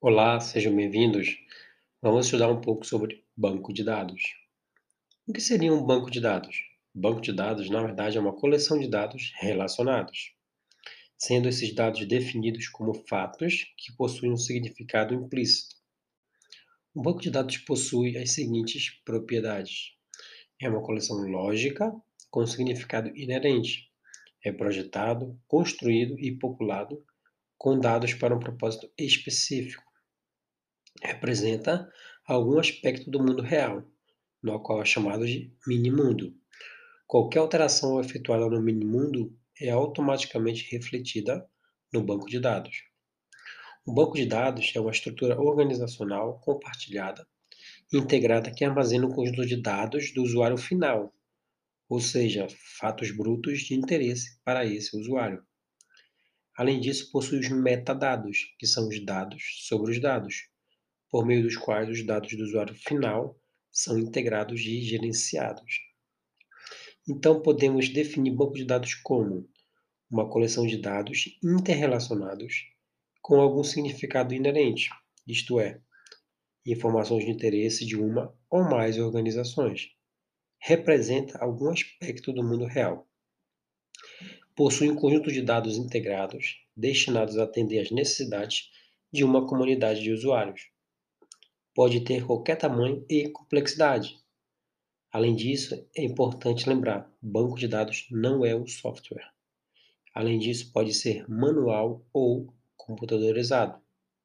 Olá, sejam bem-vindos. Vamos estudar um pouco sobre banco de dados. O que seria um banco de dados? Banco de dados, na verdade, é uma coleção de dados relacionados, sendo esses dados definidos como fatos que possuem um significado implícito. Um banco de dados possui as seguintes propriedades: é uma coleção lógica com significado inerente, é projetado, construído e populado com dados para um propósito específico, representa algum aspecto do mundo real, no qual é chamado de minimundo. Qualquer alteração efetuada no minimundo é automaticamente refletida no banco de dados. O banco de dados é uma estrutura organizacional compartilhada e integrada que armazena um conjunto de dados do usuário final, ou seja, fatos brutos de interesse para esse usuário. Além disso, possui os metadados, que são os dados sobre os dados, por meio dos quais os dados do usuário final são integrados e gerenciados. Então, podemos definir banco de dados como uma coleção de dados interrelacionados com algum significado inerente, isto é, informações de interesse de uma ou mais organizações. Representa algum aspecto do mundo real. Possui um conjunto de dados integrados destinados a atender às necessidades de uma comunidade de usuários. Pode ter qualquer tamanho e complexidade. Além disso, é importante lembrar: banco de dados não é um software. Além disso, pode ser manual ou computadorizado.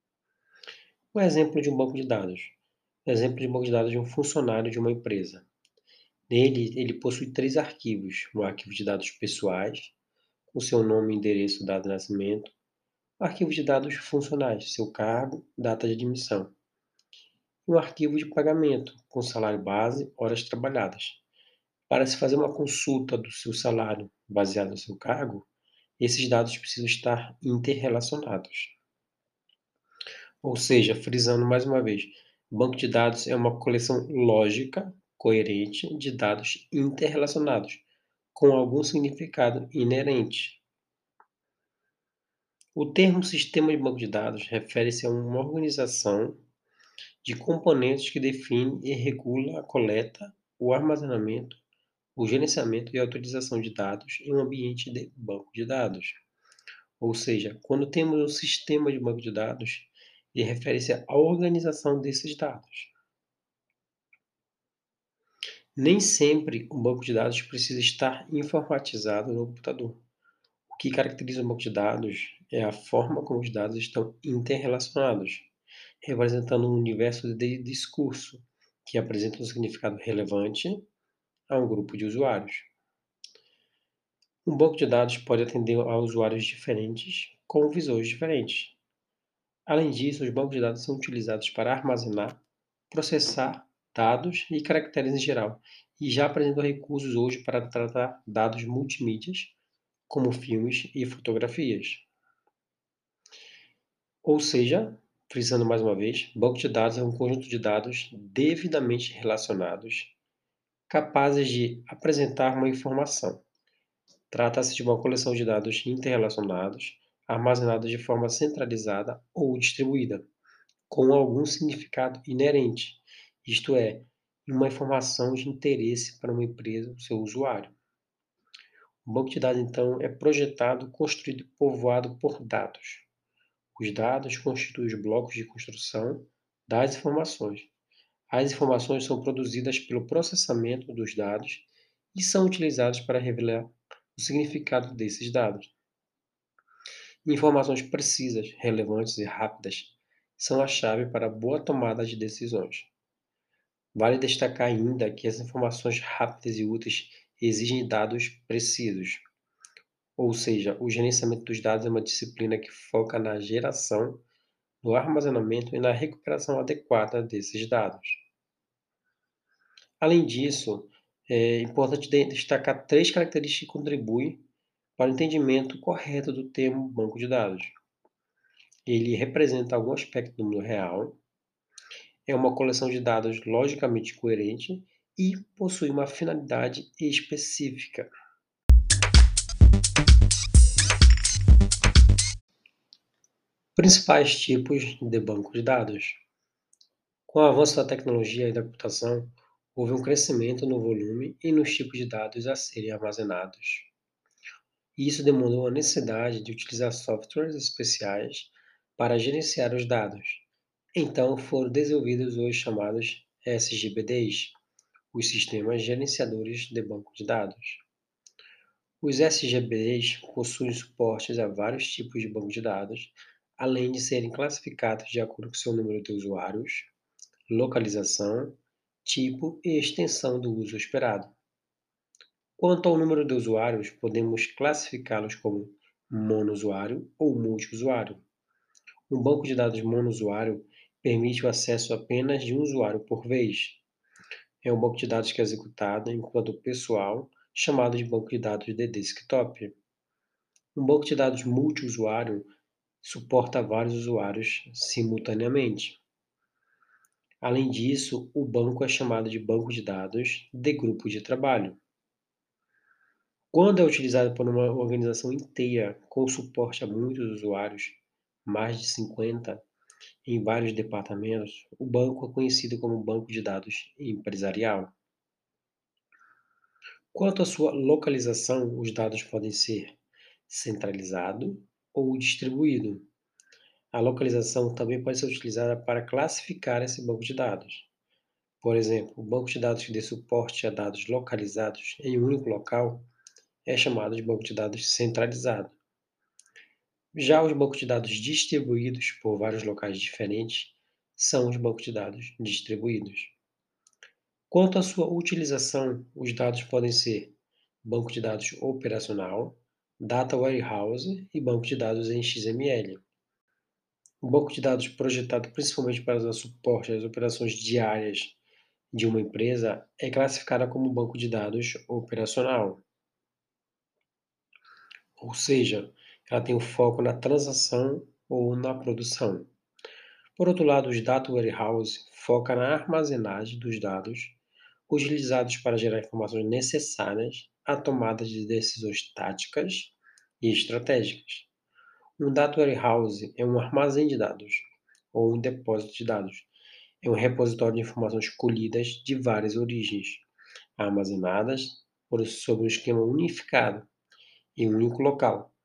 Um exemplo de um banco de dados. Um exemplo de um banco de dados de um funcionário de uma empresa. Nele, ele possui três arquivos: um arquivo de dados pessoais, com seu nome, endereço, data de nascimento; um arquivo de dados funcionais, seu cargo, data de admissão; e um arquivo de pagamento, com salário base, horas trabalhadas. Para se fazer uma consulta do seu salário baseado no seu cargo, esses dados precisam estar interrelacionados. Ou seja, frisando mais uma vez, banco de dados é uma coleção lógica, coerente de dados interrelacionados, com algum significado inerente. O termo sistema de banco de dados refere-se a uma organização de componentes que define e regula a coleta, o armazenamento, o gerenciamento e a utilização de dados em um ambiente de banco de dados. Ou seja, quando temos um sistema de banco de dados, ele refere-se à organização desses dados. Nem sempre um banco de dados precisa estar informatizado no computador. O que caracteriza um banco de dados é a forma como os dados estão interrelacionados, representando um universo de discurso que apresenta um significado relevante a um grupo de usuários. Um banco de dados pode atender a usuários diferentes com visões diferentes. Além disso, os bancos de dados são utilizados para armazenar, processar dados e caracteres em geral, e já apresentam recursos hoje para tratar dados multimídias, como filmes e fotografias. Ou seja, frisando mais uma vez, banco de dados é um conjunto de dados devidamente relacionados, capazes de apresentar uma informação. Trata-se de uma coleção de dados interrelacionados, armazenados de forma centralizada ou distribuída, com algum significado inerente, isto é, uma informação de interesse para uma empresa ou seu usuário. O banco de dados, então, é projetado, construído e povoado por dados. Os dados constituem os blocos de construção das informações. As informações são produzidas pelo processamento dos dados e são utilizadas para revelar o significado desses dados. Informações precisas, relevantes e rápidas são a chave para a boa tomada de decisões. Vale destacar ainda que as informações rápidas e úteis exigem dados precisos, ou seja, o gerenciamento dos dados é uma disciplina que foca na geração, no armazenamento e na recuperação adequada desses dados. Além disso, é importante destacar três características que contribuem para o entendimento correto do termo banco de dados. Ele representa algum aspecto do mundo real, é uma coleção de dados logicamente coerente e possui uma finalidade específica. Principais tipos de banco de dados. Com o avanço da tecnologia e da computação, houve um crescimento no volume e nos tipos de dados a serem armazenados. E isso demandou a necessidade de utilizar softwares especiais para gerenciar os dados. Então foram desenvolvidos os chamados SGBDs, os sistemas gerenciadores de banco de dados. Os SGBDs possuem suportes a vários tipos de banco de dados, além de serem classificados de acordo com seu número de usuários, localização, tipo e extensão do uso esperado. Quanto ao número de usuários, podemos classificá-los como monousuário ou multiusuário. Um banco de dados monousuário permite o acesso apenas de um usuário por vez. É um banco de dados que é executado em computador pessoal, chamado de banco de dados de desktop. Um banco de dados multiusuário suporta vários usuários simultaneamente. Além disso, o banco é chamado de banco de dados de grupo de trabalho. Quando é utilizado por uma organização inteira com suporte a muitos usuários, mais de 50, em vários departamentos, o banco é conhecido como banco de dados empresarial. Quanto à sua localização, os dados podem ser centralizado ou distribuído. A localização também pode ser utilizada para classificar esse banco de dados. Por exemplo, o banco de dados que dê suporte a dados localizados em um único local é chamado de banco de dados centralizado. Já os bancos de dados distribuídos por vários locais diferentes são os bancos de dados distribuídos. Quanto à sua utilização, os dados podem ser banco de dados operacional, data warehouse e banco de dados em XML. O banco de dados projetado principalmente para dar suporte às operações diárias de uma empresa é classificado como banco de dados operacional, ou seja, ela tem o foco na transação ou na produção. Por outro lado, os Data Warehouse foca na armazenagem dos dados utilizados para gerar informações necessárias à tomada de decisões táticas e estratégicas. Um Data Warehouse é um armazém de dados, ou um depósito de dados. É um repositório de informações colhidas de várias origens, armazenadas sob um esquema unificado em um único local.